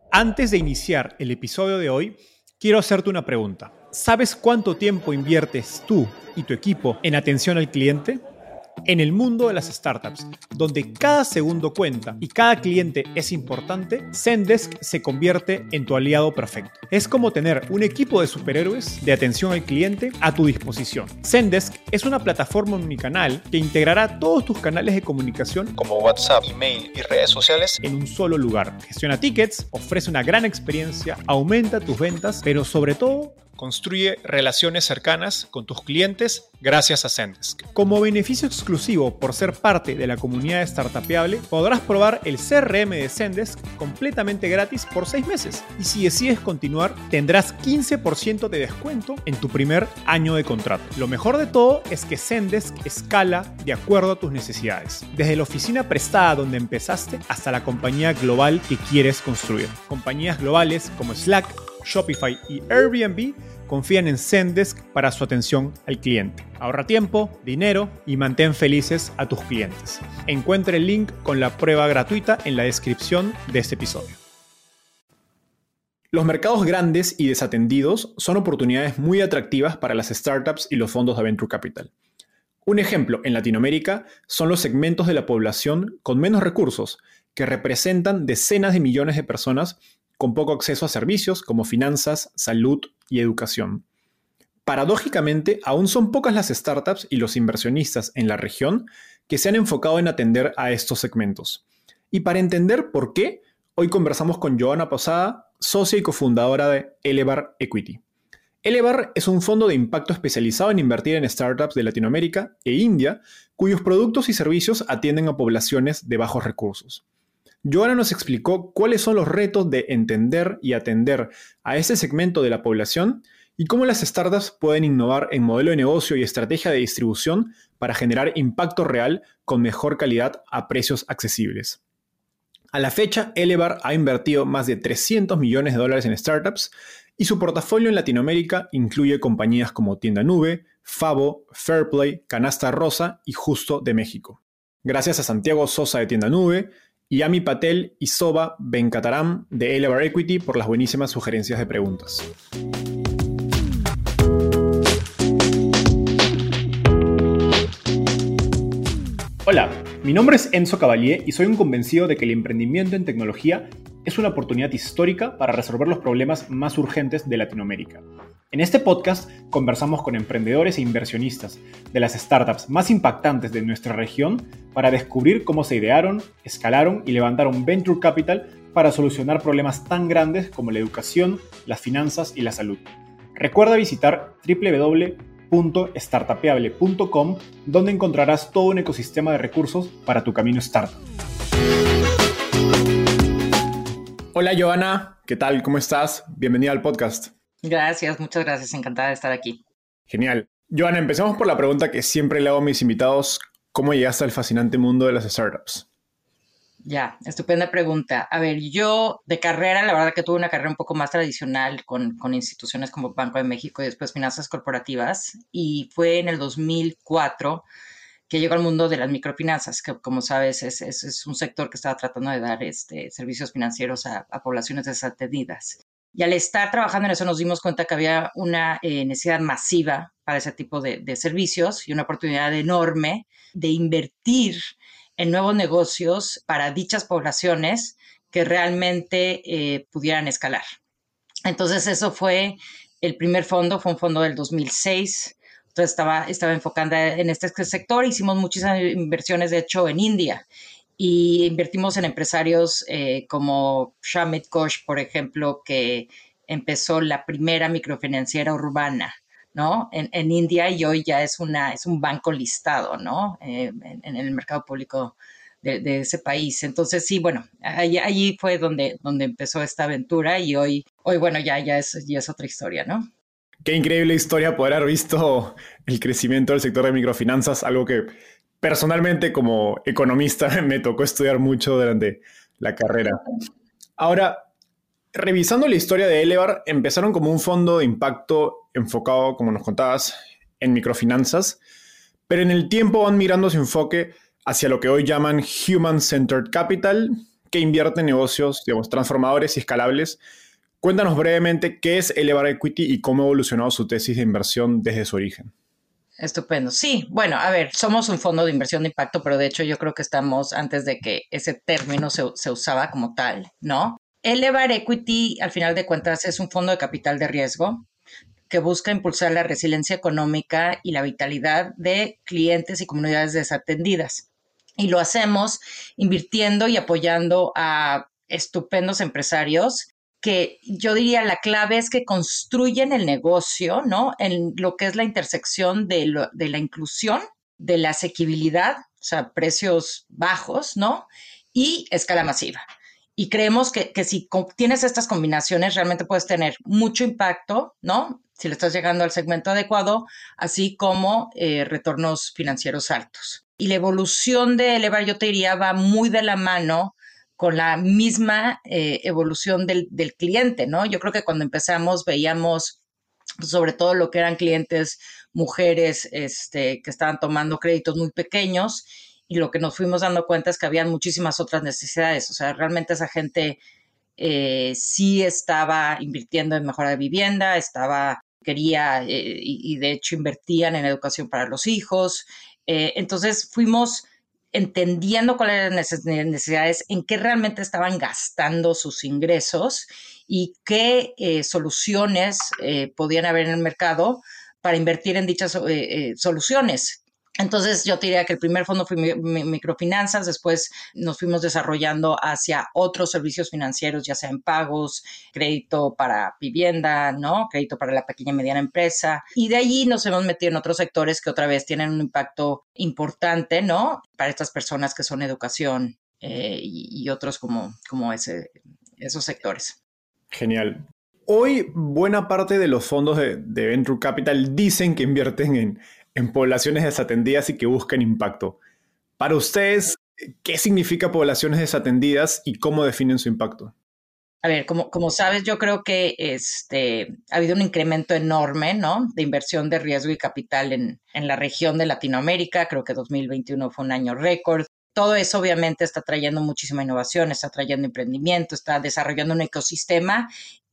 Antes de iniciar el episodio de hoy, quiero hacerte una pregunta. ¿Sabes cuánto tiempo inviertes tú y tu equipo en atención al cliente? En el mundo de las startups, donde cada segundo cuenta y cada cliente es importante, Zendesk se convierte en tu aliado perfecto. Es como tener un equipo de superhéroes de atención al cliente a tu disposición. Zendesk es una plataforma omnicanal que integrará todos tus canales de comunicación como WhatsApp, email y redes sociales en un solo lugar. Gestiona tickets, ofrece una gran experiencia, aumenta tus ventas, pero sobre todo construye relaciones cercanas con tus clientes gracias a Zendesk. Como beneficio exclusivo por ser parte de la comunidad Startupeable, podrás probar el CRM de Zendesk completamente gratis por 6 meses. Y si decides continuar, tendrás 15% de descuento en tu primer año de contrato. Lo mejor de todo es que Zendesk escala de acuerdo a tus necesidades. Desde la oficina prestada donde empezaste hasta la compañía global que quieres construir. Compañías globales como Slack, Shopify y Airbnb confían en Zendesk para su atención al cliente. Ahorra tiempo, dinero y mantén felices a tus clientes. Encuentra el link con la prueba gratuita en la descripción de este episodio. Los mercados grandes y desatendidos son oportunidades muy atractivas para las startups y los fondos de Venture Capital. Un ejemplo en Latinoamérica son los segmentos de la población con menos recursos, que representan decenas de millones de personas con poco acceso a servicios como finanzas, salud y educación. Paradójicamente, aún son pocas las startups y los inversionistas en la región que se han enfocado en atender a estos segmentos. Y para entender por qué, hoy conversamos con Joana Posada, socia y cofundadora de Elevar Equity. Elevar es un fondo de impacto especializado en invertir en startups de Latinoamérica e India, cuyos productos y servicios atienden a poblaciones de bajos recursos. Joana nos explicó cuáles son los retos de entender y atender a ese segmento de la población y cómo las startups pueden innovar en modelo de negocio y estrategia de distribución para generar impacto real con mejor calidad a precios accesibles. A la fecha, Elevar ha invertido más de $300 millones en startups y su portafolio en Latinoamérica incluye compañías como Tienda Nube, Favo, Fairplay, Canasta Rosa y Justo de México. Gracias a Santiago Sosa de Tienda Nube, y Ami Patel y Soba Venkataram de Elevar Equity por las buenísimas sugerencias de preguntas. Hola, mi nombre es Enzo Cavalier y soy un convencido de que el emprendimiento en tecnología es una oportunidad histórica para resolver los problemas más urgentes de Latinoamérica. En este podcast conversamos con emprendedores e inversionistas de las startups más impactantes de nuestra región para descubrir cómo se idearon, escalaron y levantaron venture capital para solucionar problemas tan grandes como la educación, las finanzas y la salud. Recuerda visitar www.startupeable.com, donde encontrarás todo un ecosistema de recursos para tu camino startup. Hola Joana, ¿qué tal? ¿Cómo estás? Bienvenida al podcast. Gracias, muchas gracias. Encantada de estar aquí. Genial. Joana, empecemos por la pregunta que siempre le hago a mis invitados. ¿Cómo llegaste al fascinante mundo de las startups? Ya, estupenda pregunta. A ver, yo de carrera, la verdad que tuve una carrera un poco más tradicional con instituciones como Banco de México y después finanzas corporativas. Y fue en el 2004 que llegó al mundo de las microfinanzas, que como sabes es un sector que estaba tratando de dar servicios financieros a poblaciones desatendidas. Y al estar trabajando en eso nos dimos cuenta que había una necesidad masiva para ese tipo de servicios y una oportunidad enorme de invertir en nuevos negocios para dichas poblaciones que realmente pudieran escalar. Entonces eso fue el primer fondo, fue un fondo del 2006. Entonces estaba enfocada en este sector. Hicimos muchísimas inversiones, de hecho, en India. Y invertimos en empresarios como Shamit Ghosh, por ejemplo, que empezó la primera microfinanciera urbana, ¿no? En India, y hoy ya es un banco listado, ¿no? En el mercado público de ese país. Entonces, sí, bueno, allí fue donde empezó esta aventura y hoy bueno, ya es otra historia, ¿no? Qué increíble historia poder haber visto el crecimiento del sector de microfinanzas, algo que personalmente como economista me tocó estudiar mucho durante la carrera. Ahora, revisando la historia de Elevar, empezaron como un fondo de impacto enfocado, como nos contabas, en microfinanzas, pero en el tiempo van mirando su enfoque hacia lo que hoy llaman Human-Centered Capital, que invierte en negocios, digamos, transformadores y escalables. Cuéntanos brevemente qué es Elevar Equity y cómo ha evolucionado su tesis de inversión desde su origen. Estupendo. Sí, bueno, a ver, somos un fondo de inversión de impacto, pero de hecho yo creo que estamos antes de que ese término se usaba como tal, ¿no? Elevar Equity, al final de cuentas, es un fondo de capital de riesgo que busca impulsar la resiliencia económica y la vitalidad de clientes y comunidades desatendidas. Y lo hacemos invirtiendo y apoyando a estupendos empresarios que yo diría la clave es que construyen el negocio, ¿no? En lo que es la intersección de la inclusión, de la asequibilidad, o sea, precios bajos, ¿no? Y escala masiva. Y creemos que si tienes estas combinaciones, realmente puedes tener mucho impacto, ¿no? Si le estás llegando al segmento adecuado, así como retornos financieros altos. Y la evolución de Elevar, yo te diría, va muy de la mano con la misma evolución del cliente, ¿no? Yo creo que cuando empezamos veíamos sobre todo lo que eran clientes mujeres que estaban tomando créditos muy pequeños y lo que nos fuimos dando cuenta es que habían muchísimas otras necesidades, o sea, realmente esa gente sí estaba invirtiendo en mejora de vivienda, quería y de hecho invertían en educación para los hijos, entonces fuimos entendiendo cuáles eran las necesidades, en qué realmente estaban gastando sus ingresos y qué soluciones podían haber en el mercado para invertir en dichas soluciones. Entonces yo te diría que el primer fondo fue microfinanzas, después nos fuimos desarrollando hacia otros servicios financieros, ya sea en pagos, crédito para vivienda, ¿no? Crédito para la pequeña y mediana empresa. Y de allí nos hemos metido en otros sectores que otra vez tienen un impacto importante, ¿no? Para estas personas que son educación y otros como esos sectores. Genial. Hoy, buena parte de los fondos de Venture Capital dicen que invierten en poblaciones desatendidas y que buscan impacto. Para ustedes, ¿qué significa poblaciones desatendidas y cómo definen su impacto? A ver, como sabes, yo creo que ha habido un incremento enorme, ¿no? De inversión de riesgo y capital en la región de Latinoamérica. Creo que 2021 fue un año récord. Todo eso obviamente está trayendo muchísima innovación, está trayendo emprendimiento, está desarrollando un ecosistema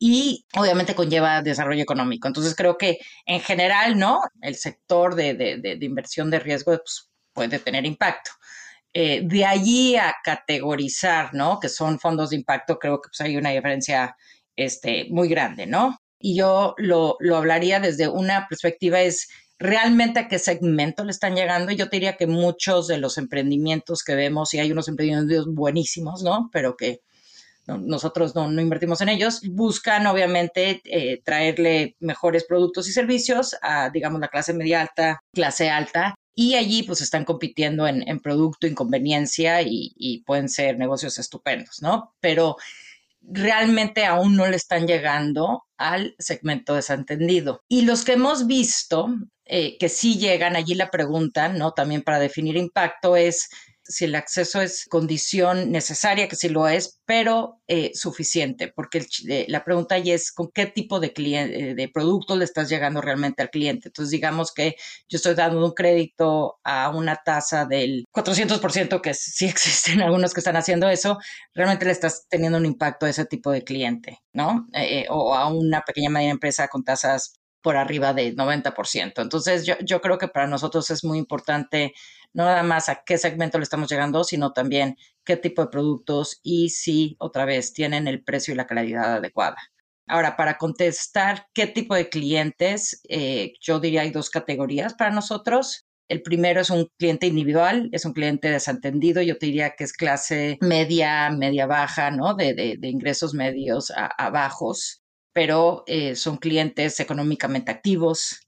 y obviamente conlleva desarrollo económico. Entonces creo que en general, ¿no? El sector de inversión de riesgo pues, puede tener impacto. De allí a categorizar, ¿no? Que son fondos de impacto, creo que pues hay una diferencia muy grande, ¿no? Y yo lo hablaría desde una perspectiva es realmente a qué segmento le están llegando. Yo te diría que muchos de los emprendimientos que vemos, y hay unos emprendimientos buenísimos, ¿no? Pero que nosotros no invertimos en ellos, buscan obviamente traerle mejores productos y servicios a, digamos, la clase media alta, clase alta, y allí pues están compitiendo en producto, en conveniencia y pueden ser negocios estupendos, ¿no? Pero realmente aún no le están llegando al segmento desatendido. Y los que hemos visto que sí llegan, allí la pregunta, ¿no? También para definir impacto es si el acceso es condición necesaria, que sí lo es, pero suficiente, porque la pregunta ahí es con qué tipo de producto le estás llegando realmente al cliente. Entonces, digamos que yo estoy dando un crédito a una tasa del 400%, que sí existen algunos que están haciendo eso, realmente le estás teniendo un impacto a ese tipo de cliente, ¿no? O a una pequeña mediana empresa con tasas por arriba del 90%. Entonces, yo creo que para nosotros es muy importante no nada más a qué segmento le estamos llegando, sino también qué tipo de productos y si, otra vez, tienen el precio y la calidad adecuada. Ahora, para contestar qué tipo de clientes, yo diría hay dos categorías para nosotros. El primero es un cliente individual, es un cliente desatendido, yo te diría que es clase media, media baja, ¿no? De ingresos medios a bajos, pero son clientes económicamente activos.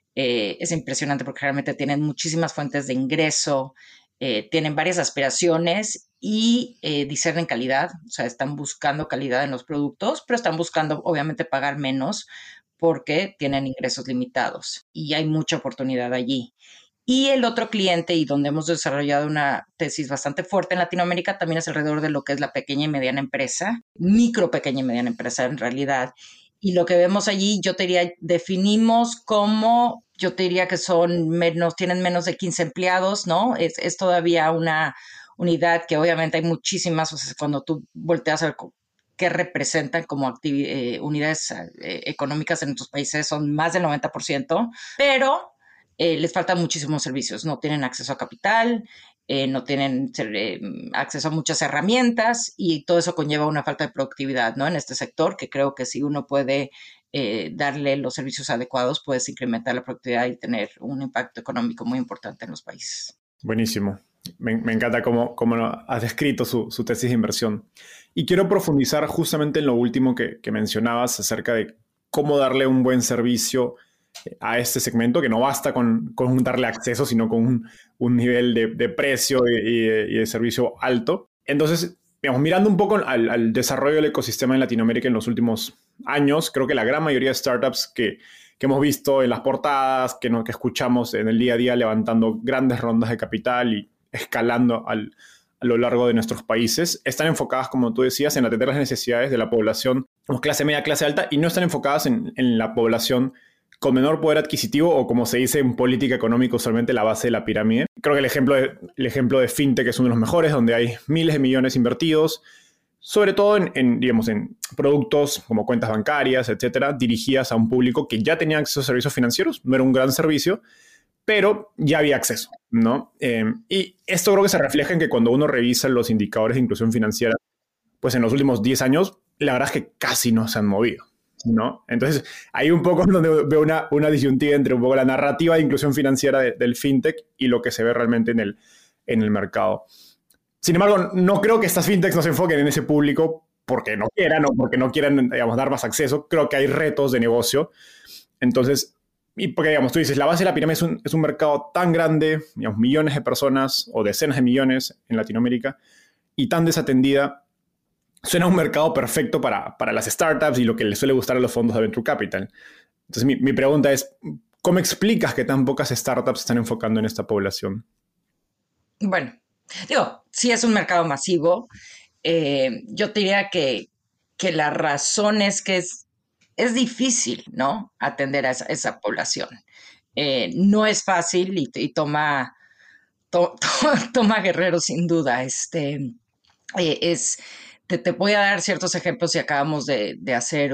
Es impresionante porque realmente tienen muchísimas fuentes de ingreso, tienen varias aspiraciones y discernen calidad, o sea, están buscando calidad en los productos, pero están buscando obviamente pagar menos porque tienen ingresos limitados y hay mucha oportunidad allí. Y el otro cliente, y donde hemos desarrollado una tesis bastante fuerte en Latinoamérica, también es alrededor de lo que es la pequeña y mediana empresa, micro, pequeña y mediana empresa en realidad. Y lo que vemos allí, yo te diría, definimos como, yo te diría que tienen menos de 15 empleados, ¿no? Es todavía unidad, que obviamente hay muchísimas, o sea, cuando tú volteas a ver qué representan como unidades económicas en nuestros países, son más del 90%, pero les faltan muchísimos servicios, no tienen acceso a capital, no tienen acceso a muchas herramientas y todo eso conlleva una falta de productividad, ¿no? En este sector, que creo que si uno puede darle los servicios adecuados, puedes incrementar la productividad y tener un impacto económico muy importante en los países. Buenísimo. Me encanta cómo has descrito su tesis de inversión. Y quiero profundizar justamente en lo último que mencionabas acerca de cómo darle un buen servicio a este segmento, que no basta con darle acceso, sino con un nivel de precio y de servicio alto. Entonces, digamos, mirando un poco al desarrollo del ecosistema en Latinoamérica en los últimos años, creo que la gran mayoría de startups que hemos visto en las portadas, que escuchamos en el día a día levantando grandes rondas de capital y escalando a lo largo de nuestros países, están enfocadas, como tú decías, en atender las necesidades de la población clase media, clase alta, y no están enfocadas en la población con menor poder adquisitivo o, como se dice en política económica, usualmente la base de la pirámide. Creo que el ejemplo de FinTech es uno de los mejores, donde hay miles de millones invertidos, sobre todo digamos, en productos como cuentas bancarias, etcétera, dirigidas a un público que ya tenía acceso a servicios financieros. No era un gran servicio, pero ya había acceso, ¿no? Y esto creo que se refleja en que cuando uno revisa los indicadores de inclusión financiera, pues en los últimos 10 años, la verdad es que casi no se han movido, ¿no? Entonces, hay un poco donde veo una disyuntiva entre un poco la narrativa de inclusión financiera del fintech y lo que se ve realmente en el mercado. Sin embargo, no creo que estas fintechs no se enfoquen en ese público porque no quieran o porque no quieran, digamos, dar más acceso. Creo que hay retos de negocio. Entonces, y porque, digamos, tú dices, la base de la pirámide es un mercado tan grande, digamos, millones de personas o decenas de millones en Latinoamérica, y tan desatendida, suena un mercado perfecto para las startups y lo que les suele gustar a los fondos de Venture Capital. Entonces, mi pregunta es, ¿cómo explicas que tan pocas startups están enfocando en esta población? Bueno, digo, sí es un mercado masivo. Yo te diría que la razón es que es difícil, ¿no? Atender a esa población. No es fácil y toma guerreros sin duda. Te voy a dar ciertos ejemplos y acabamos de hacer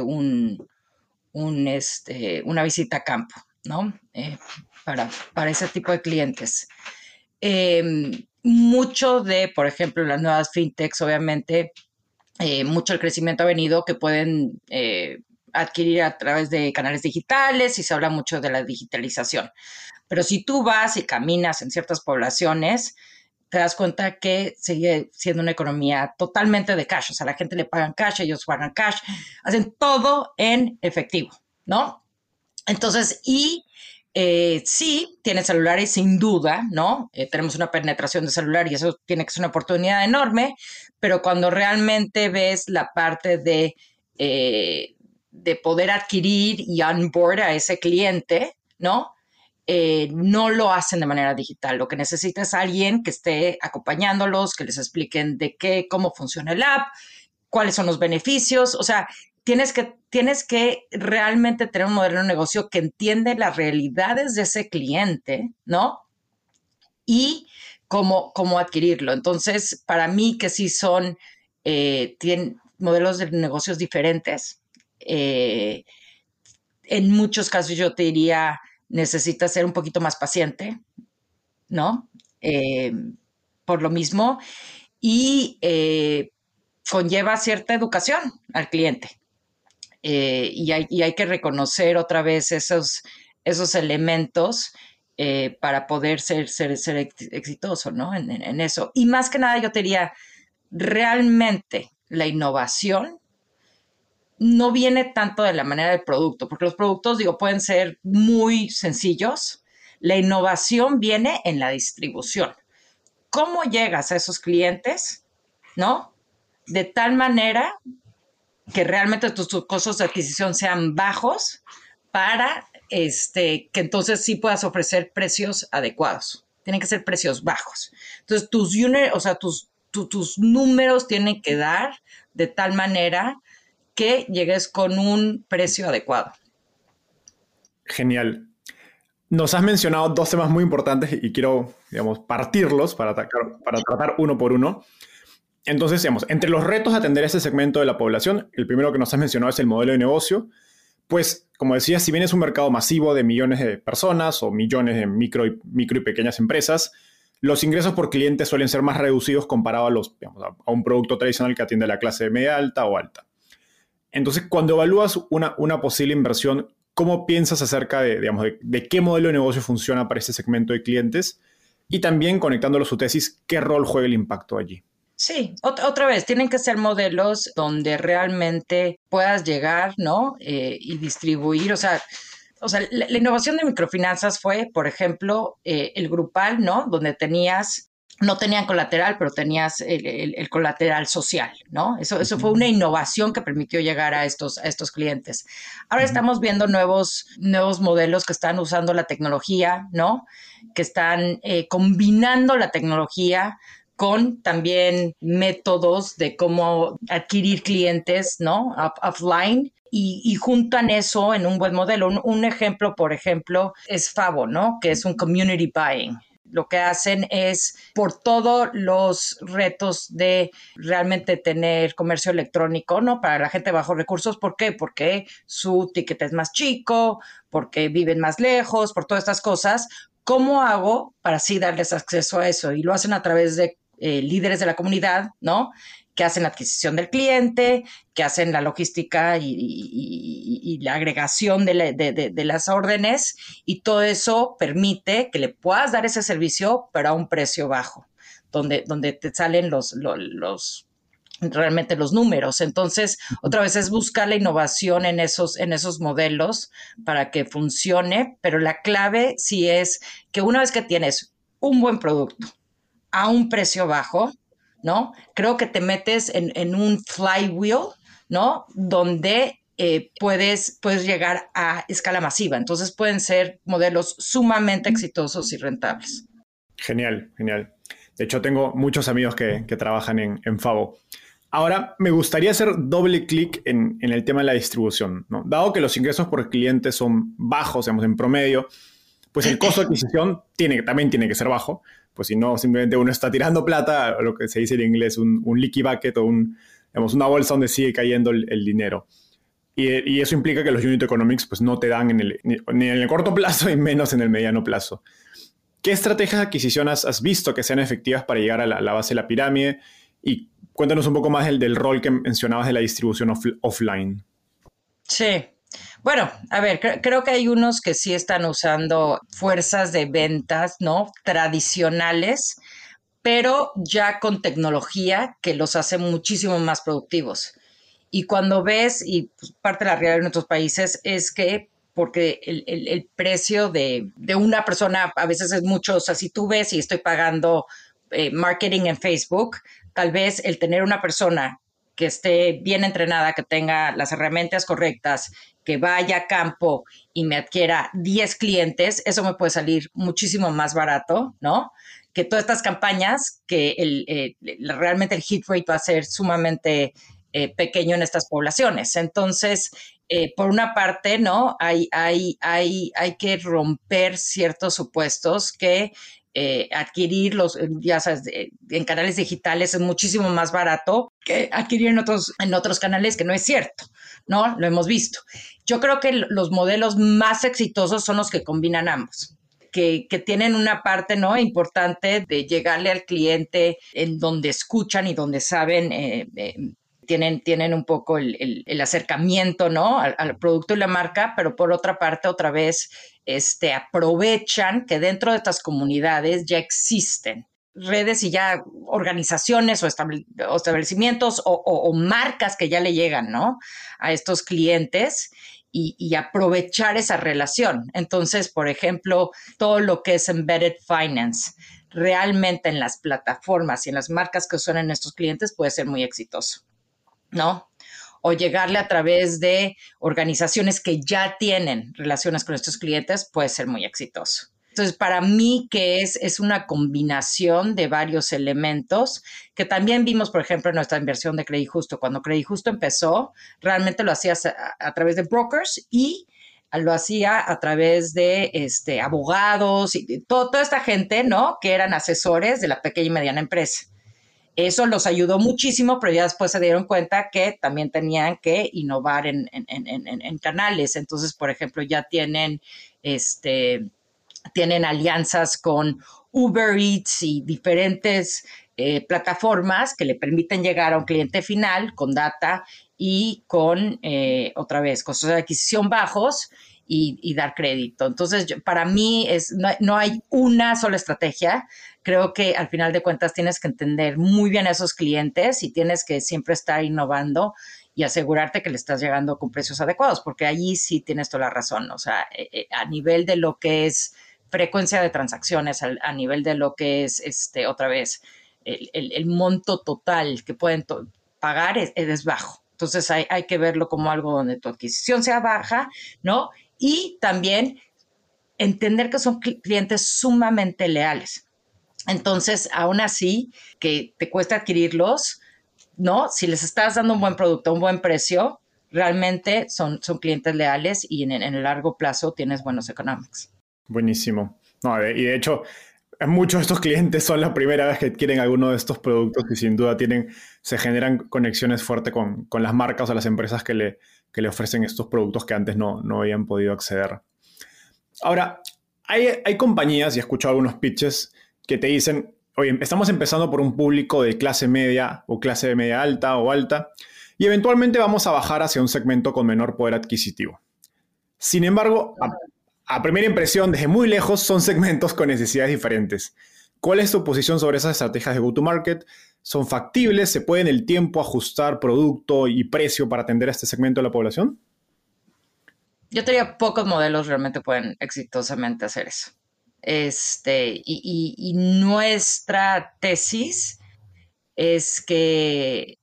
una visita a campo, ¿no? Para ese tipo de clientes. Mucho de, por ejemplo, las nuevas fintechs, obviamente, mucho el crecimiento ha venido que pueden adquirir a través de canales digitales y se habla mucho de la digitalización. Pero si tú vas y caminas en ciertas poblaciones, te das cuenta que sigue siendo una economía totalmente de cash. O sea, a la gente le pagan cash, ellos pagan cash, hacen todo en efectivo, ¿no? Entonces, sí, tiene celulares sin duda, ¿no? Tenemos una penetración de celular y eso tiene que ser una oportunidad enorme, pero cuando realmente ves la parte de poder adquirir y onboard a ese cliente, ¿no? No lo hacen de manera digital. Lo que necesita es alguien que esté acompañándolos, que les expliquen cómo funciona el app, cuáles son los beneficios. O sea, tienes que realmente tener un modelo de negocio que entiende las realidades de ese cliente, ¿no? Y cómo adquirirlo. Entonces, para mí que sí tienen modelos de negocios diferentes. En muchos casos yo te diría, necesitas ser un poquito más paciente, ¿no? Por lo mismo. Y conlleva cierta educación al cliente. Y hay que reconocer otra vez esos elementos para poder ser exitoso, ¿no? En eso. Y más que nada yo te diría, realmente la innovación no viene tanto de la manera del producto, porque los productos, pueden ser muy sencillos. La innovación viene en la distribución. ¿Cómo llegas a esos clientes, no? De tal manera que realmente tus costos de adquisición sean bajos para que entonces sí puedas ofrecer precios adecuados. Tienen que ser precios bajos. Entonces, tus números tienen que dar de tal manera que llegues con un precio adecuado. Genial. Nos has mencionado dos temas muy importantes y quiero, digamos, partirlos para tratar uno por uno. Entonces, digamos, entre los retos de atender ese segmento de la población, el primero que nos has mencionado es el modelo de negocio. Pues, como decía, si bien es un mercado masivo de millones de personas o millones de micro y pequeñas empresas, los ingresos por cliente suelen ser más reducidos comparado digamos, a un producto tradicional que atiende a la clase media alta o alta. Entonces, cuando evalúas una posible inversión, ¿cómo piensas acerca digamos, de qué modelo de negocio funciona para este segmento de clientes? Y también, conectándolo a su tesis, ¿qué rol juega el impacto allí? Sí, otra vez, tienen que ser modelos donde realmente puedas llegar, ¿no? Y distribuir, la innovación de microfinanzas fue, por ejemplo, el grupal, ¿no? Donde no tenían colateral, pero tenías el colateral social, ¿no? Eso fue una innovación que permitió llegar a estos clientes. Ahora estamos viendo nuevos modelos que están usando la tecnología, ¿no? Que están combinando la tecnología con también métodos de cómo adquirir clientes, ¿no? Offline. Y juntan eso en un buen modelo. Un ejemplo, por ejemplo, es Favo, ¿no? Que es un community buying. Lo que hacen es, por todos los retos de realmente tener comercio electrónico, ¿no? Para la gente de bajos recursos. ¿Por qué? Porque su ticket es más chico, porque viven más lejos, por todas estas cosas. ¿Cómo hago para así darles acceso a eso? Y lo hacen a través de líderes de la comunidad, ¿no? Que hacen la adquisición del cliente, que hacen la logística y la agregación de las órdenes, y todo eso permite que le puedas dar ese servicio, pero a un precio bajo, donde te salen realmente los números. Entonces, otra vez es buscar la innovación en esos modelos para que funcione, pero la clave sí es que una vez que tienes un buen producto a un precio bajo, ¿no? Creo que te metes en un flywheel, ¿no? Donde puedes llegar a escala masiva. Entonces pueden ser modelos sumamente exitosos y rentables. Genial, genial. De hecho, tengo muchos amigos que trabajan en Favo. Ahora, me gustaría hacer doble clic en el tema de la distribución, ¿no? Dado que los ingresos por cliente son bajos, digamos, en promedio, pues el costo de adquisición también tiene que ser bajo, pues si no, simplemente uno está tirando plata, lo que se dice en inglés, un leaky bucket o digamos, una bolsa donde sigue cayendo el dinero. Y eso implica que los unit economics pues, no te dan ni en el corto plazo y menos en el mediano plazo. ¿Qué estrategias de adquisición has visto que sean efectivas para llegar a la base de la pirámide? Y cuéntanos un poco más del rol que mencionabas de la distribución offline. Sí. Bueno, a ver, creo que hay unos que sí están usando fuerzas de ventas, ¿no? Tradicionales, pero ya con tecnología que los hace muchísimo más productivos. Y cuando ves, y pues, parte de la realidad de nuestros países es que porque el precio de una persona a veces es mucho, o sea, si tú ves y estoy pagando marketing en Facebook, tal vez el tener una persona que esté bien entrenada, que tenga las herramientas correctas, que vaya a campo y me adquiera 10 clientes, eso me puede salir muchísimo más barato, ¿no? Que todas estas campañas, que realmente el hit rate va a ser sumamente pequeño en estas poblaciones. Entonces, por una parte, ¿no? Hay que romper ciertos supuestos que adquirir ya sabes, en canales digitales es muchísimo más barato que adquirir en otros canales, que no es cierto, ¿no? Lo hemos visto. Yo creo que los modelos más exitosos son los que combinan ambos. Que tienen una parte, ¿no?, importante de llegarle al cliente en donde escuchan y donde saben, tienen un poco el acercamiento, ¿no?, al producto y la marca, pero por otra parte, otra vez, aprovechan que dentro de estas comunidades ya existen redes y ya organizaciones o establecimientos o marcas que ya le llegan, ¿no?, a estos clientes, y aprovechar esa relación. Entonces, por ejemplo, todo lo que es embedded finance, realmente en las plataformas y en las marcas que usan en estos clientes puede ser muy exitoso, ¿no? O llegarle a través de organizaciones que ya tienen relaciones con estos clientes puede ser muy exitoso. Entonces, para mí, que es una combinación de varios elementos que también vimos, por ejemplo, en nuestra inversión de Credijusto. Cuando Credijusto empezó, realmente lo hacías a través de brokers y lo hacía a través de abogados y toda esta gente, ¿no? Que eran asesores de la pequeña y mediana empresa. Eso los ayudó muchísimo, pero ya después se dieron cuenta que también tenían que innovar en canales. Entonces, por ejemplo, ya tienen alianzas con Uber Eats y diferentes plataformas que le permiten llegar a un cliente final con data y con, otra vez, costos de adquisición bajos y dar crédito. Entonces, para mí no hay una sola estrategia. Creo que al final de cuentas tienes que entender muy bien a esos clientes y tienes que siempre estar innovando y asegurarte que le estás llegando con precios adecuados, porque allí sí tienes toda la razón. O sea, a nivel de lo que es frecuencia de transacciones, a nivel de lo que es, otra vez, el monto total que pueden pagar es bajo. Entonces hay que verlo como algo donde tu adquisición sea baja, ¿no? Y también entender que son clientes sumamente leales. Entonces, aún así, que te cuesta adquirirlos, ¿no? Si les estás dando un buen producto, un buen precio, realmente son clientes leales y en el largo plazo tienes buenos economics. Buenísimo. No, y de hecho, muchos de estos clientes son la primera vez que adquieren alguno de estos productos y sin duda se generan conexiones fuertes con las marcas o las empresas que le ofrecen estos productos que antes no habían podido acceder. Ahora, hay compañías, y he escuchado algunos pitches, que te dicen, oye, estamos empezando por un público de clase media o clase media alta o alta, y eventualmente vamos a bajar hacia un segmento con menor poder adquisitivo. Sin embargo, a primera impresión, desde muy lejos, son segmentos con necesidades diferentes. ¿Cuál es tu posición sobre esas estrategias de go-to-market? ¿Son factibles? ¿Se puede en el tiempo ajustar producto y precio para atender a este segmento de la población? Yo diría pocos modelos realmente pueden exitosamente hacer eso. Y nuestra tesis es que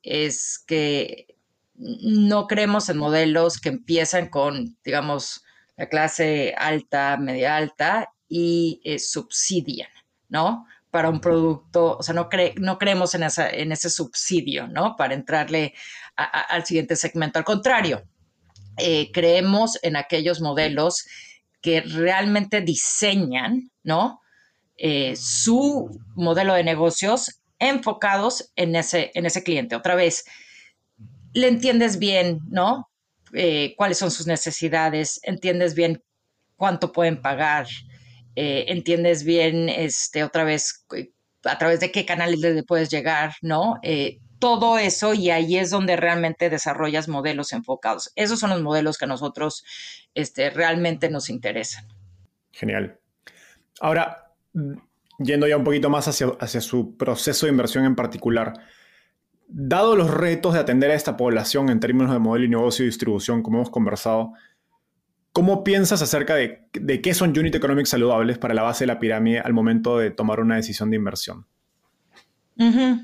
no creemos en modelos que empiezan con, digamos, la clase alta, media alta y subsidian, ¿no? Para un producto, o sea, no creemos en ese subsidio, ¿no? Para entrarle al siguiente segmento. Al contrario, creemos en aquellos modelos que realmente diseñan, ¿no? Su modelo de negocios enfocados en ese cliente. Otra vez, le entiendes bien, ¿no? Cuáles son sus necesidades, entiendes bien cuánto pueden pagar, entiendes bien, otra vez, a través de qué canales le puedes llegar, ¿no? Todo eso, y ahí es donde realmente desarrollas modelos enfocados. Esos son los modelos que a nosotros realmente nos interesan. Genial. Ahora, yendo ya un poquito más hacia su proceso de inversión en particular, dado los retos de atender a esta población en términos de modelo y negocio y distribución, como hemos conversado, ¿cómo piensas acerca de qué son unit economics saludables para la base de la pirámide al momento de tomar una decisión de inversión? Uh-huh.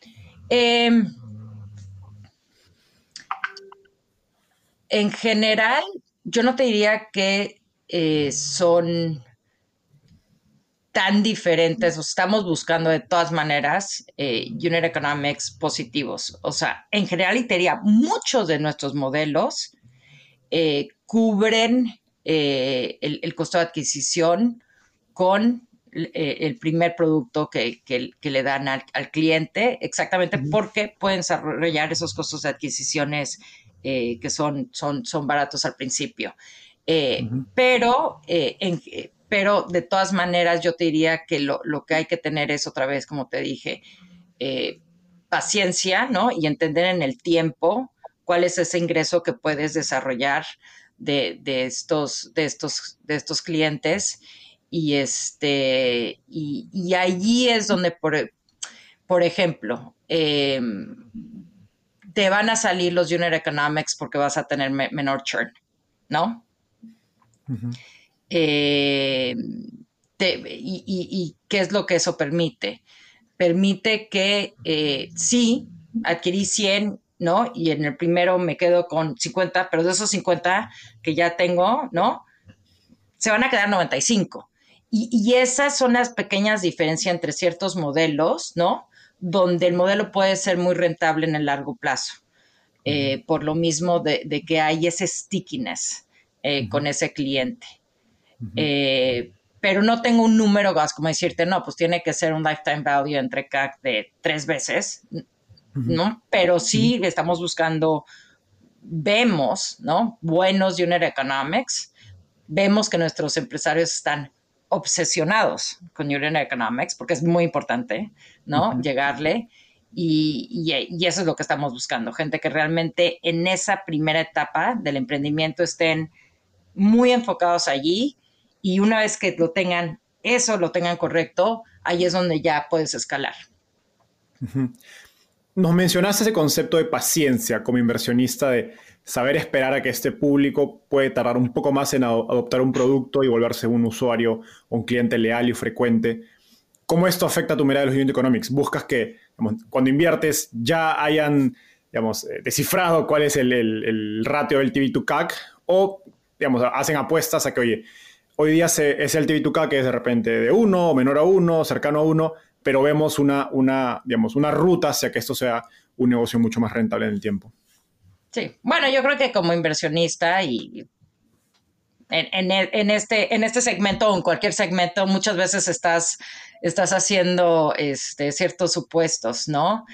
En general, yo no te diría que son tan diferentes, o estamos buscando de todas maneras unit economics positivos. O sea, en general, y te diría, muchos de nuestros modelos cubren el costo de adquisición con el primer producto que le dan al cliente, exactamente porque pueden desarrollar esos costos de adquisiciones que son baratos al principio. Pero de todas maneras yo te diría que lo que hay que tener es, otra vez, como te dije, paciencia, ¿no? Y entender en el tiempo cuál es ese ingreso que puedes desarrollar de estos clientes. Y allí es donde, por ejemplo, te van a salir los unit economics porque vas a tener menor churn, ¿no? Uh-huh. ¿Y qué es lo que eso permite? Permite que sí, adquirí 100, ¿no? Y en el primero me quedo con 50, pero de esos 50 que ya tengo, ¿no? Se van a quedar 95. Y esas son las pequeñas diferencias entre ciertos modelos, ¿no? Donde el modelo puede ser muy rentable en el largo plazo. Por lo mismo de que hay ese stickiness con ese cliente. Uh-huh. Pero no tengo un número, como decirte, no, pues tiene que ser un lifetime value entre CAC de 3 veces, ¿no? Pero sí estamos buscando, vemos, ¿no? Buenos unit economics, vemos que nuestros empresarios están obsesionados con unit economics, porque es muy importante, ¿no? Llegarle, y eso es lo que estamos buscando, gente que realmente en esa primera etapa del emprendimiento estén muy enfocados allí, y una vez que lo tengan correcto, ahí es donde ya puedes escalar. Uh-huh. Nos mencionaste ese concepto de paciencia como inversionista, de saber esperar a que este público puede tardar un poco más en adoptar un producto y volverse un usuario o un cliente leal y frecuente. ¿Cómo esto afecta a tu mirada de los unit economics? ¿Buscas que, digamos, cuando inviertes ya hayan, digamos, descifrado cuál es el ratio del TV to CAC, o, digamos, hacen apuestas a que, oye, hoy día es el TV to CAC que es de repente de 1 o menor a 1, cercano a 1, pero vemos una ruta hacia que esto sea un negocio mucho más rentable en el tiempo? Sí, bueno, yo creo que como inversionista y en este segmento o en cualquier segmento, muchas veces estás haciendo ciertos supuestos, ¿no?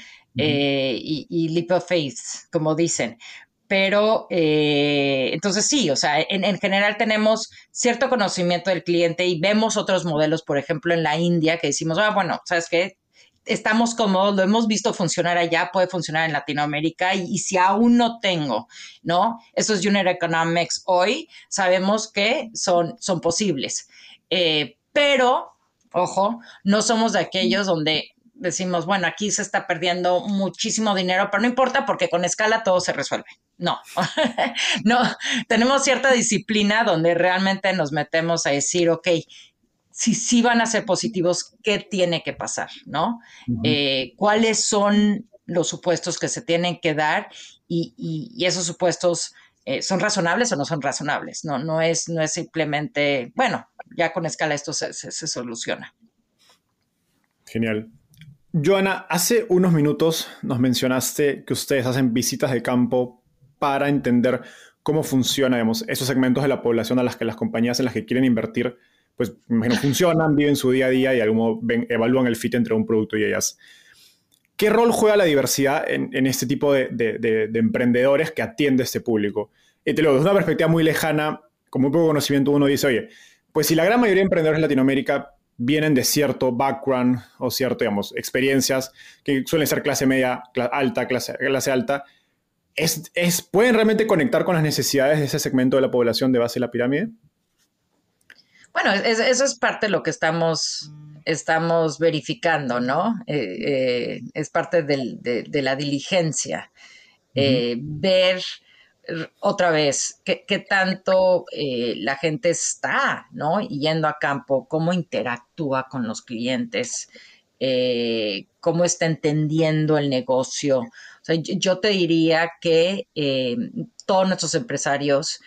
Y leap of faith, como dicen. Pero entonces sí, o sea, en general tenemos cierto conocimiento del cliente y vemos otros modelos, por ejemplo, en la India, que decimos, bueno, ¿sabes qué? Estamos cómodos, lo hemos visto funcionar allá, puede funcionar en Latinoamérica, y si aún no tengo, ¿no? Esos unit economics hoy, sabemos que son posibles. Pero, ojo, no somos de aquellos donde decimos, bueno, aquí se está perdiendo muchísimo dinero, pero no importa porque con escala todo se resuelve. No, no, tenemos cierta disciplina donde realmente nos metemos a decir, ok, si sí van a ser positivos, ¿qué tiene que pasar? ¿No? ¿Cuáles son los supuestos que se tienen que dar? Y esos supuestos ¿son razonables o no son razonables? No es simplemente, bueno, ya con escala esto se soluciona. Genial. Joana, hace unos minutos nos mencionaste que ustedes hacen visitas de campo para entender cómo funcionan, digamos, esos segmentos de la población a las que las compañías en las que quieren invertir, pues, me imagino, funcionan, viven su día a día y de algún modo evalúan el fit entre un producto y ellas. ¿Qué rol juega la diversidad en este tipo de emprendedores que atiende a este público? Y te lo digo, desde una perspectiva muy lejana, con muy poco conocimiento, uno dice, oye, pues si la gran mayoría de emprendedores en Latinoamérica vienen de cierto background o cierto, digamos, experiencias que suelen ser clase media, alta, clase alta, ¿pueden realmente conectar con las necesidades de ese segmento de la población de base de la pirámide? Bueno, eso es parte de lo que estamos verificando, ¿no? Es parte de la diligencia. Ver otra vez qué tanto la gente está, ¿no? Yendo a campo, cómo interactúa con los clientes, cómo está entendiendo el negocio. O sea, yo te diría que todos nuestros empresarios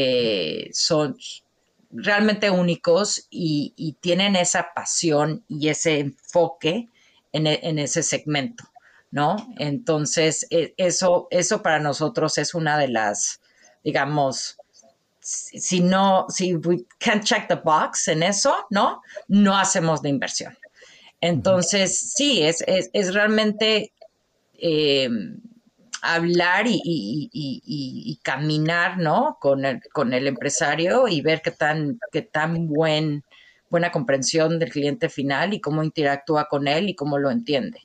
son realmente únicos y tienen esa pasión y ese enfoque en ese segmento, ¿no? Entonces, eso para nosotros es una de las, digamos, si we can't check the box en eso, ¿no? No hacemos la inversión. Entonces, sí, es realmente hablar y caminar, ¿no? Con el empresario y ver qué tan buena comprensión del cliente final y cómo interactúa con él y cómo lo entiende.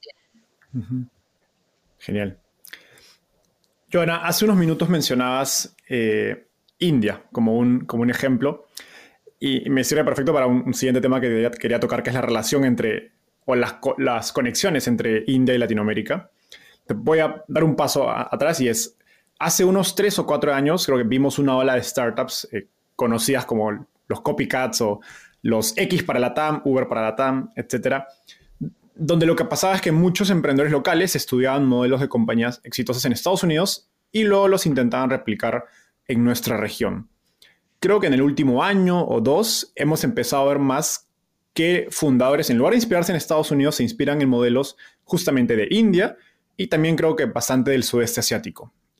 Genial. Joana, hace unos minutos mencionabas India como un ejemplo, y me sirve perfecto para un siguiente tema que quería tocar, que es la relación o las conexiones entre India y Latinoamérica. Te voy a dar un paso atrás, y hace unos 3 o 4 años creo que vimos una ola de startups conocidas como los copycats o los X para la TAM, Uber para la TAM, etcétera, donde lo que pasaba es que muchos emprendedores locales estudiaban modelos de compañías exitosas en Estados Unidos y luego los intentaban replicar en nuestra región. Creo que en el último año o 2 hemos empezado a ver más que fundadores, en lugar de inspirarse en Estados Unidos, se inspiran en modelos justamente de India, y también creo que bastante del sudeste asiático.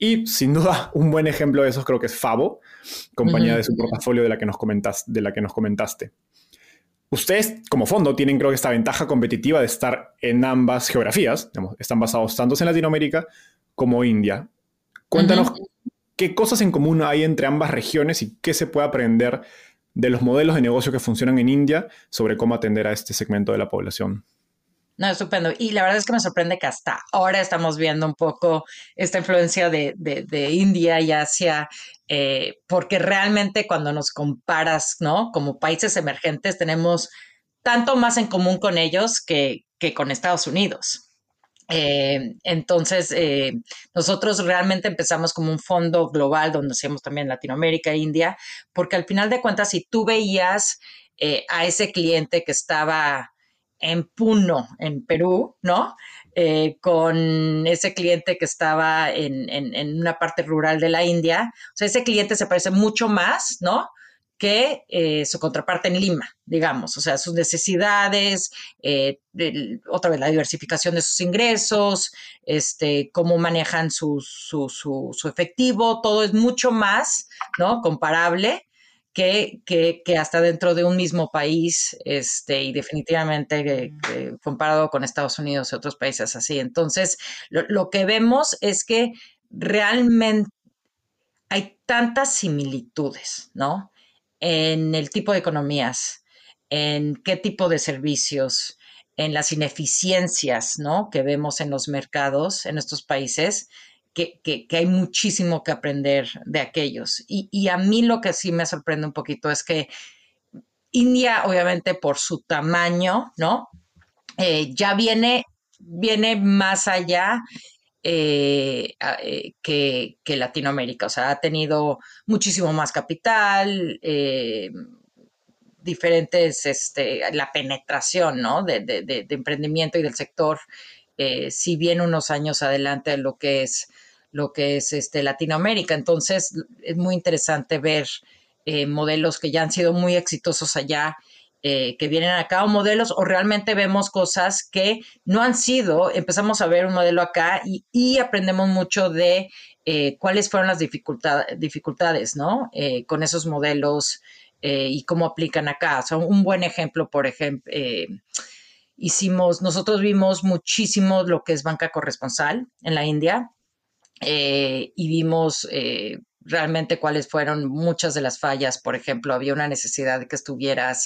Y sin duda, un buen ejemplo de esos creo que es Favo, compañía de su portafolio de la que nos comentaste. Ustedes, como fondo, tienen creo que esta ventaja competitiva de estar en ambas geografías. Digamos, están basados tanto en Latinoamérica como India. Cuéntanos qué cosas en común hay entre ambas regiones y qué se puede aprender de los modelos de negocio que funcionan en India sobre cómo atender a este segmento de la población. No, estupendo. Y la verdad es que me sorprende que hasta ahora estamos viendo un poco esta influencia de India y Asia, porque realmente cuando nos comparas, ¿no? Como países emergentes tenemos tanto más en común con ellos que con Estados Unidos. Entonces, nosotros realmente empezamos como un fondo global donde hacíamos también Latinoamérica e India, porque al final de cuentas, si tú veías a ese cliente que estaba en Puno, en Perú, ¿no? Con ese cliente que estaba en una parte rural de la India, o sea, ese cliente se parece mucho más, ¿no? Que su contraparte en Lima, digamos, o sea, sus necesidades, otra vez la diversificación de sus ingresos, cómo manejan su efectivo, todo es mucho más, ¿no? Comparable que hasta dentro de un mismo país, y definitivamente comparado con Estados Unidos y otros países así. Entonces, lo que vemos es que realmente hay tantas similitudes, ¿no? En el tipo de economías, en qué tipo de servicios, en las ineficiencias, ¿no? Que vemos en los mercados en estos países, que hay muchísimo que aprender de aquellos. Y a mí lo que sí me sorprende un poquito es que India, obviamente por su tamaño, ¿no? Ya viene más allá que Latinoamérica. O sea, ha tenido muchísimo más capital, diferentes, la penetración, ¿no? De emprendimiento y del sector, si bien unos años adelante de lo que es Latinoamérica. Entonces, es muy interesante ver modelos que ya han sido muy exitosos allá, que vienen acá, o modelos, o realmente vemos cosas que no han sido, empezamos a ver un modelo acá y aprendemos mucho de cuáles fueron las dificultades, ¿no? Con esos modelos y cómo aplican acá. O sea, un buen ejemplo, por ejemplo, nosotros vimos muchísimo lo que es banca corresponsal en la India, y vimos realmente cuáles fueron muchas de las fallas. Por ejemplo, había una necesidad de que estuvieras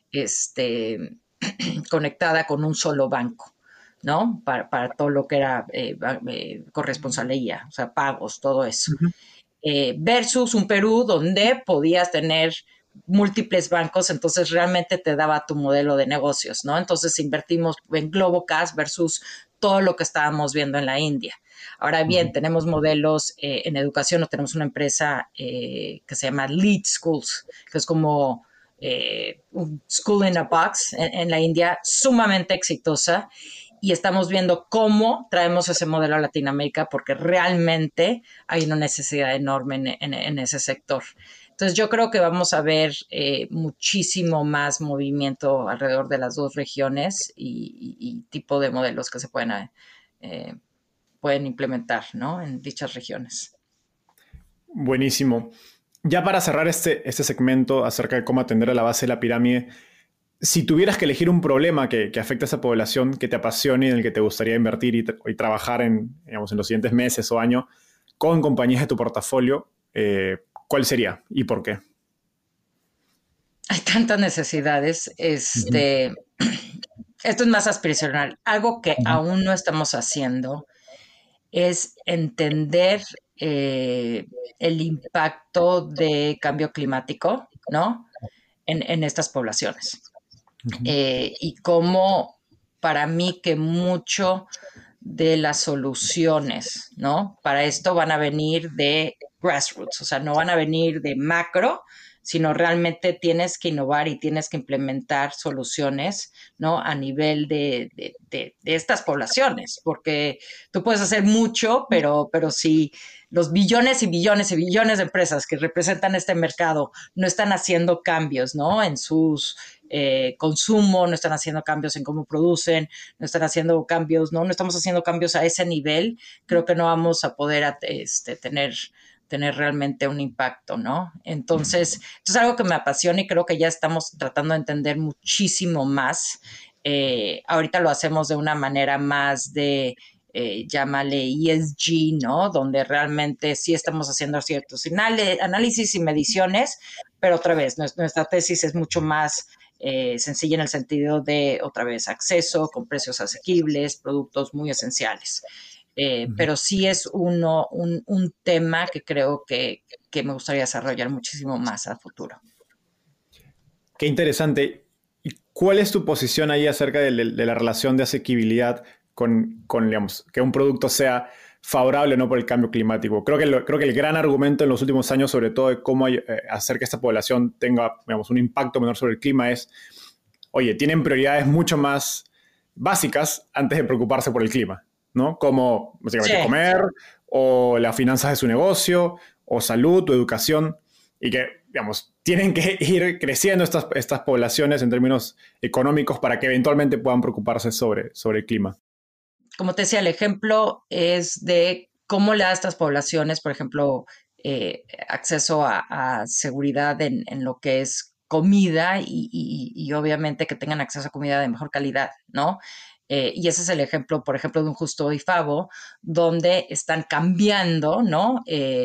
conectada con un solo banco, ¿no? Para todo lo que era corresponsalía, o sea, pagos, todo eso. Versus un Perú donde podías tener múltiples bancos, entonces realmente te daba tu modelo de negocios, ¿no? Entonces invertimos en Globocash versus todo lo que estábamos viendo en la India. Ahora bien, tenemos modelos en educación, o tenemos una empresa que se llama Lead Schools, que es como un school in a box en la India, sumamente exitosa, y estamos viendo cómo traemos ese modelo a Latinoamérica porque realmente hay una necesidad enorme en ese sector. Entonces yo creo que vamos a ver muchísimo más movimiento alrededor de las dos regiones y tipo de modelos que se pueden implementar, ¿no? En dichas regiones. Buenísimo. Ya para cerrar este segmento acerca de cómo atender a la base de la pirámide, si tuvieras que elegir un problema que afecte a esa población, que te apasione y en el que te gustaría invertir y trabajar digamos, en los siguientes meses o años con compañías de tu portafolio, ¿cuál sería y por qué? Hay tantas necesidades. Esto es más aspiracional. Algo que aún no estamos haciendo es entender el impacto de cambio climático, ¿no? En estas poblaciones. Y cómo, para mí, que mucho de las soluciones, ¿no? Para esto van a venir de grassroots, o sea, no van a venir de macro, sino realmente tienes que innovar y tienes que implementar soluciones, ¿no? A nivel de estas poblaciones, porque tú puedes hacer mucho, pero si los billones y billones y billones de empresas que representan este mercado no están haciendo cambios, ¿no? En sus consumo, no están haciendo cambios en cómo producen, no están haciendo cambios, no estamos haciendo cambios a ese nivel, creo que no vamos a poder tener realmente un impacto, ¿no? Entonces, esto es algo que me apasiona y creo que ya estamos tratando de entender muchísimo más. Ahorita lo hacemos de una manera más de llámale ESG, ¿no? Donde realmente sí estamos haciendo ciertos análisis y mediciones, pero otra vez, nuestra tesis es mucho más sencilla en el sentido de, otra vez, acceso con precios asequibles, productos muy esenciales. Pero sí es un tema que creo que me gustaría desarrollar muchísimo más a futuro. Qué interesante. ¿Y cuál es tu posición ahí acerca de la relación de asequibilidad con, digamos, que un producto sea favorable o no por el cambio climático? Creo que el gran argumento en los últimos años, sobre todo de cómo hacer que esta población tenga, digamos, un impacto menor sobre el clima es, oye, tienen prioridades mucho más básicas antes de preocuparse por el clima, ¿no? Como básicamente comer, o las finanzas de su negocio, o salud, o educación, y que, digamos, tienen que ir creciendo estas poblaciones en términos económicos para que eventualmente puedan preocuparse sobre el clima. Como te decía, el ejemplo es de cómo le da a estas poblaciones, por ejemplo, acceso a seguridad en lo que es comida y obviamente que tengan acceso a comida de mejor calidad, ¿no? Y ese es el ejemplo, por ejemplo, de un Justo y Favo, donde están cambiando, ¿no?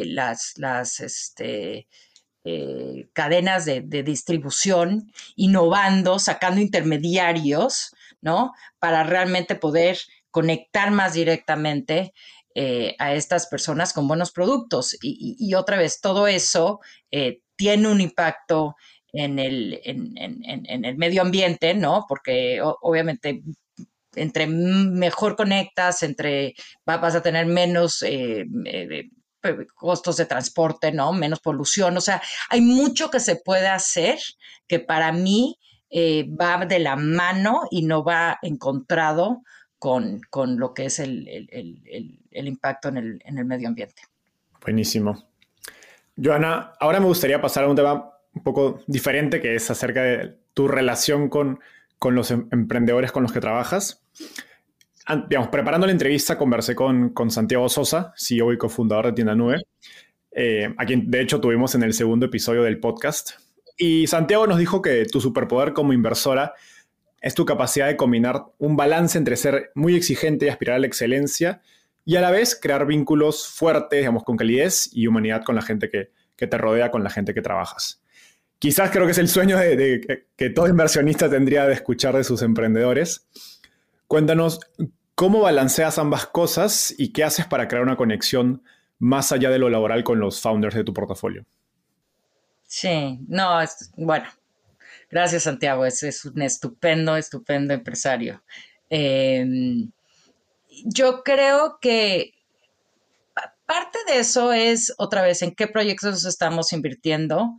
Cadenas de distribución, innovando, sacando intermediarios, ¿no? Para realmente poder conectar más directamente a estas personas con buenos productos. Y otra vez, todo eso tiene un impacto en el medio ambiente, ¿no? Porque obviamente entre mejor conectas, vas a tener menos costos de transporte, ¿no? Menos polución. O sea, hay mucho que se puede hacer que para mí va de la mano y no va encontrado con lo que es el impacto en el medio ambiente. Buenísimo. Joana, ahora me gustaría pasar a un tema un poco diferente, que es acerca de tu relación con los emprendedores con los que trabajas. Digamos, preparando la entrevista conversé con Santiago Sosa, CEO y cofundador de Tienda Nube, a quien de hecho tuvimos en el segundo episodio del podcast. Y Santiago nos dijo que tu superpoder como inversora es tu capacidad de combinar un balance entre ser muy exigente y aspirar a la excelencia y a la vez crear vínculos fuertes, digamos, con calidez y humanidad con la gente que te rodea, con la gente que trabajas. Quizás creo que es el sueño que todo inversionista tendría de escuchar de sus emprendedores. Cuéntanos, ¿cómo balanceas ambas cosas y qué haces para crear una conexión más allá de lo laboral con los founders de tu portafolio? Sí, no, bueno, gracias Santiago, es un estupendo empresario. Yo creo que parte de eso es, otra vez, en qué proyectos estamos invirtiendo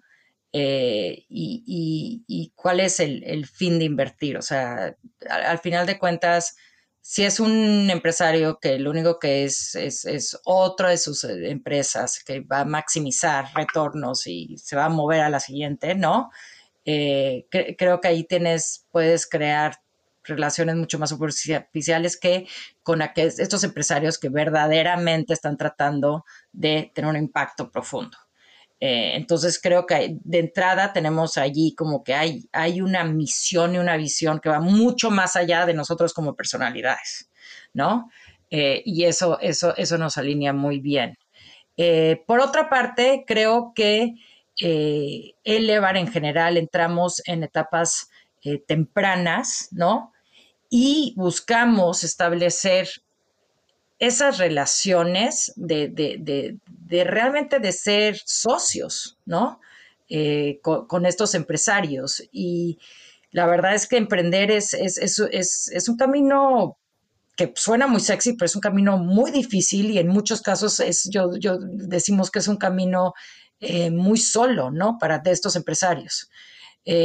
y cuál es el fin de invertir. O sea, al final de cuentas, si es un empresario que lo único que es otra de sus empresas que va a maximizar retornos y se va a mover a la siguiente, ¿no? Creo que ahí puedes crear relaciones mucho más superficiales que con estos empresarios que verdaderamente están tratando de tener un impacto profundo. Entonces creo que de entrada tenemos allí como que hay una misión y una visión que va mucho más allá de nosotros como personalidades, ¿no? Y eso nos alinea muy bien. Por otra parte, creo que Elevar en general entramos en etapas tempranas, ¿no? Y buscamos establecer esas relaciones de realmente de ser socios, ¿no? Con estos empresarios. Y la verdad es que emprender es un camino que suena muy sexy, pero es un camino muy difícil y en muchos casos yo decimos que es un camino muy solo, ¿no? De estos empresarios.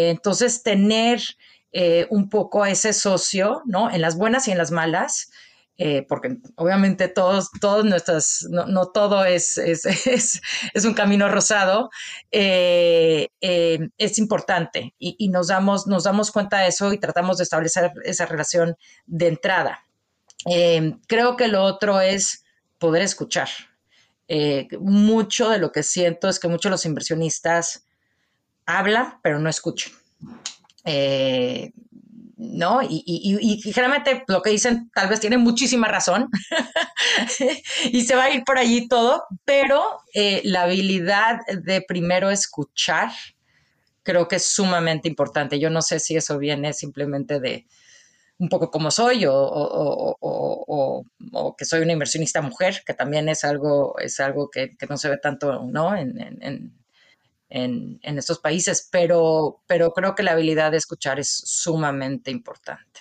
Entonces, tener un poco a ese socio, ¿no? En las buenas y en las malas, porque obviamente todos nuestras, no todo es un camino rosado, es importante y nos damos cuenta de eso y tratamos de establecer esa relación de entrada. Creo que lo otro es poder escuchar. Mucho de lo que siento es que muchos de los inversionistas hablan, pero no escuchan. ¿No? Y generalmente lo que dicen tal vez tiene muchísima razón y se va a ir por allí todo, pero la habilidad de primero escuchar creo que es sumamente importante. Yo no sé si eso viene simplemente de un poco como soy o que soy una inversionista mujer, que también es algo que no se ve tanto, ¿no? En estos países, pero creo que la habilidad de escuchar es sumamente importante.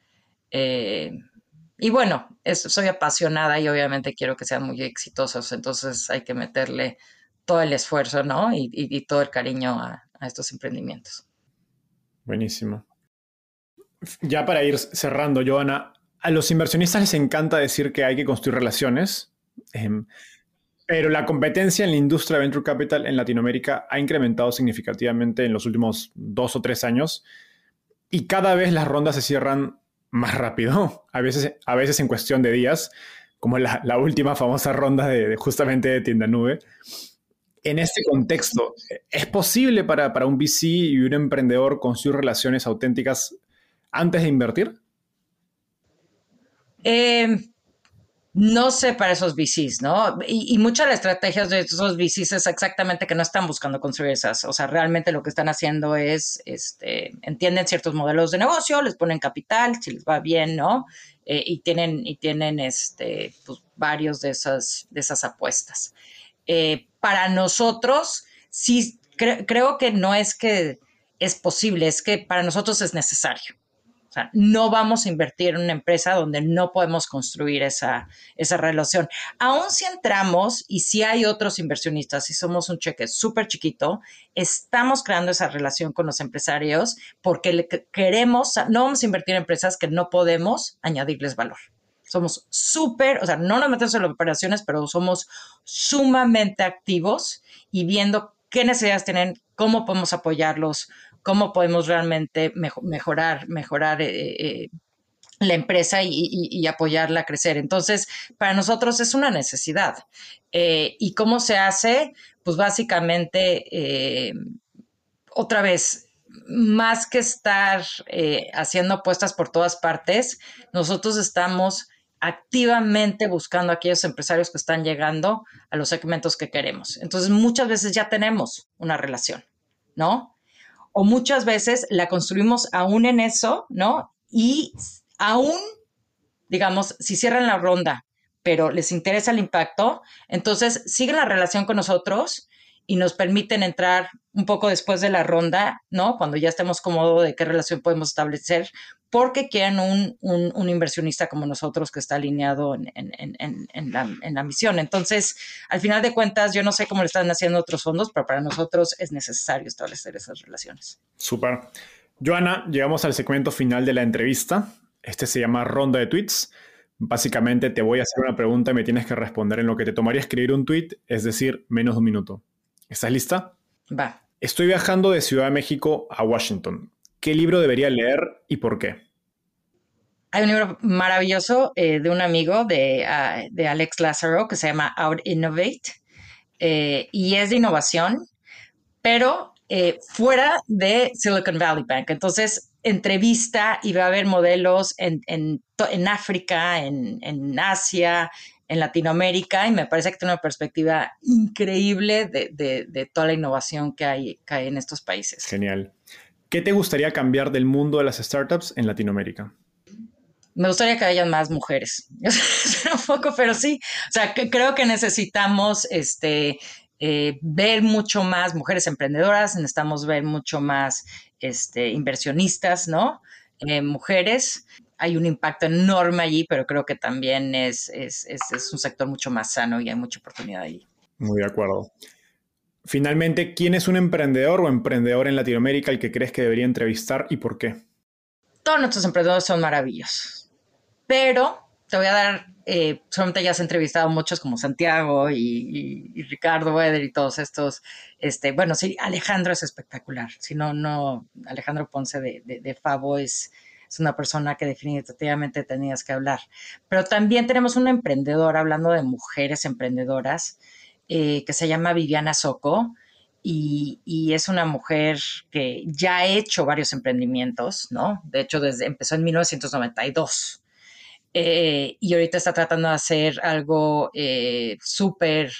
Y bueno, soy apasionada y obviamente quiero que sean muy exitosos, entonces hay que meterle todo el esfuerzo, ¿no? Y todo el cariño a estos emprendimientos. Buenísimo. Ya para ir cerrando, Johanna, a los inversionistas les encanta decir que hay que construir relaciones, pero la competencia en la industria de Venture Capital en Latinoamérica ha incrementado significativamente en los últimos 2 o 3 años y cada vez las rondas se cierran más rápido, a veces en cuestión de días, como la última famosa ronda justamente de Tienda Nube. En este contexto, ¿es posible para un VC y un emprendedor construir relaciones auténticas antes de invertir? No sé para esos VCs, ¿no? Y muchas de las estrategias de esos VCs es exactamente que no están buscando construir esas. O sea, realmente lo que están haciendo es, entienden ciertos modelos de negocio, les ponen capital, si les va bien, ¿no? Y tienen pues, varios de esas apuestas. Para nosotros, sí, creo que no es que es posible, es que para nosotros es necesario. O sea, no vamos a invertir en una empresa donde no podemos construir esa relación. Aún si entramos y si hay otros inversionistas, si somos un cheque súper chiquito, estamos creando esa relación con los empresarios porque queremos, no vamos a invertir en empresas que no podemos añadirles valor. Somos o sea, no nos metemos en las operaciones, pero somos sumamente activos y viendo qué necesidades tienen, cómo podemos apoyarlos, cómo podemos realmente mejorar la empresa y apoyarla a crecer. Entonces, para nosotros es una necesidad. ¿Y cómo se hace? Pues básicamente, otra vez, más que estar haciendo apuestas por todas partes, nosotros estamos activamente buscando a aquellos empresarios que están llegando a los segmentos que queremos. Entonces, muchas veces ya tenemos una relación, ¿no? O muchas veces la construimos aún en eso, ¿no? Y aún, digamos, si cierran la ronda, pero les interesa el impacto, entonces siguen la relación con nosotros y nos permiten entrar un poco después de la ronda, ¿no? Cuando ya estemos cómodos de qué relación podemos establecer, porque quieren un inversionista como nosotros que está alineado en la misión. Entonces, al final de cuentas, yo no sé cómo lo están haciendo otros fondos, pero para nosotros es necesario establecer esas relaciones. Súper. Johanna, llegamos al segmento final de la entrevista. Este se llama Ronda de Tweets. Básicamente te voy a hacer una pregunta y me tienes que responder en lo que te tomaría escribir un tweet, es decir, menos de un minuto. ¿Estás lista? Va. Estoy viajando de Ciudad de México a Washington. ¿Qué libro debería leer y por qué? Hay un libro maravilloso de un amigo de Alex Lazzaro que se llama Out Innovate y es de innovación, pero fuera de Silicon Valley Bank. Entonces, entrevista y va a haber modelos en África, en Asia, en Latinoamérica, y me parece que tiene una perspectiva increíble de toda la innovación que hay en estos países. Genial. ¿Qué te gustaría cambiar del mundo de las startups en Latinoamérica? Me gustaría que haya más mujeres. Un poco, pero sí. O sea, creo que necesitamos ver mucho más mujeres emprendedoras, necesitamos ver mucho más inversionistas, ¿no? Mujeres. Hay un impacto enorme allí, pero creo que también es un sector mucho más sano y hay mucha oportunidad allí. Muy de acuerdo. Finalmente, ¿quién es un emprendedor o emprendedor en Latinoamérica al que crees que debería entrevistar y por qué? Todos nuestros emprendedores son maravillosos, pero te voy a dar, solamente ya has entrevistado muchos como Santiago y Ricardo Weder y todos estos, bueno, sí, Alejandro es espectacular, si no, Alejandro Ponce de Favo es una persona que definitivamente tenías que hablar. Pero también tenemos una emprendedora, hablando de mujeres emprendedoras, que se llama Viviana Soco, y es una mujer que ya ha hecho varios emprendimientos, ¿no? De hecho, empezó en 1992. Y ahorita está tratando de hacer algo súper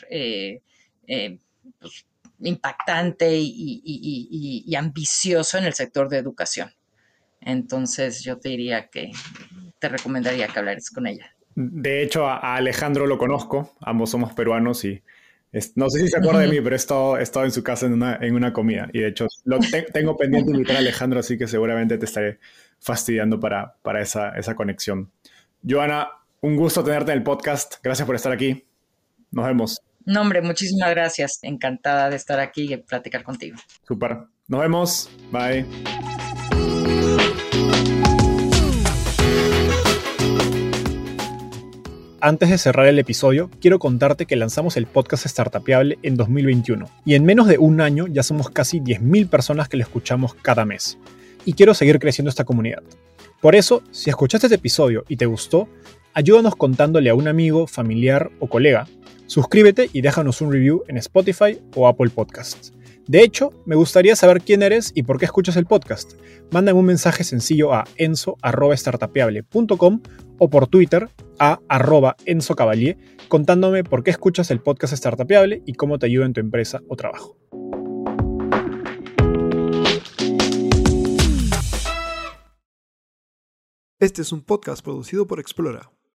pues, impactante y ambicioso en el sector de educación. Entonces yo te diría que te recomendaría que hablaras con ella. De hecho, a Alejandro lo conozco, ambos somos peruanos y no sé si se acuerda de Uh-huh. mí, pero he estado en su casa en una comida y de hecho tengo pendiente invitar a Alejandro, así que seguramente te estaré fastidiando para esa conexión. Joana, un gusto tenerte en el podcast. Gracias por estar aquí. Nos vemos. No, hombre, muchísimas gracias. Encantada de estar aquí y platicar contigo. Súper. Nos vemos. Bye. Antes de cerrar el episodio, quiero contarte que lanzamos el podcast Startupeable en 2021 y en menos de un año ya somos casi 10.000 personas que lo escuchamos cada mes. Y quiero seguir creciendo esta comunidad. Por eso, si escuchaste este episodio y te gustó, ayúdanos contándole a un amigo, familiar o colega. Suscríbete y déjanos un review en Spotify o Apple Podcasts. De hecho, me gustaría saber quién eres y por qué escuchas el podcast. Mándame un mensaje sencillo a enzo@startupeable.com o por Twitter a @enzocavalier contándome por qué escuchas el podcast Startupeable y cómo te ayuda en tu empresa o trabajo. Este es un podcast producido por Explora.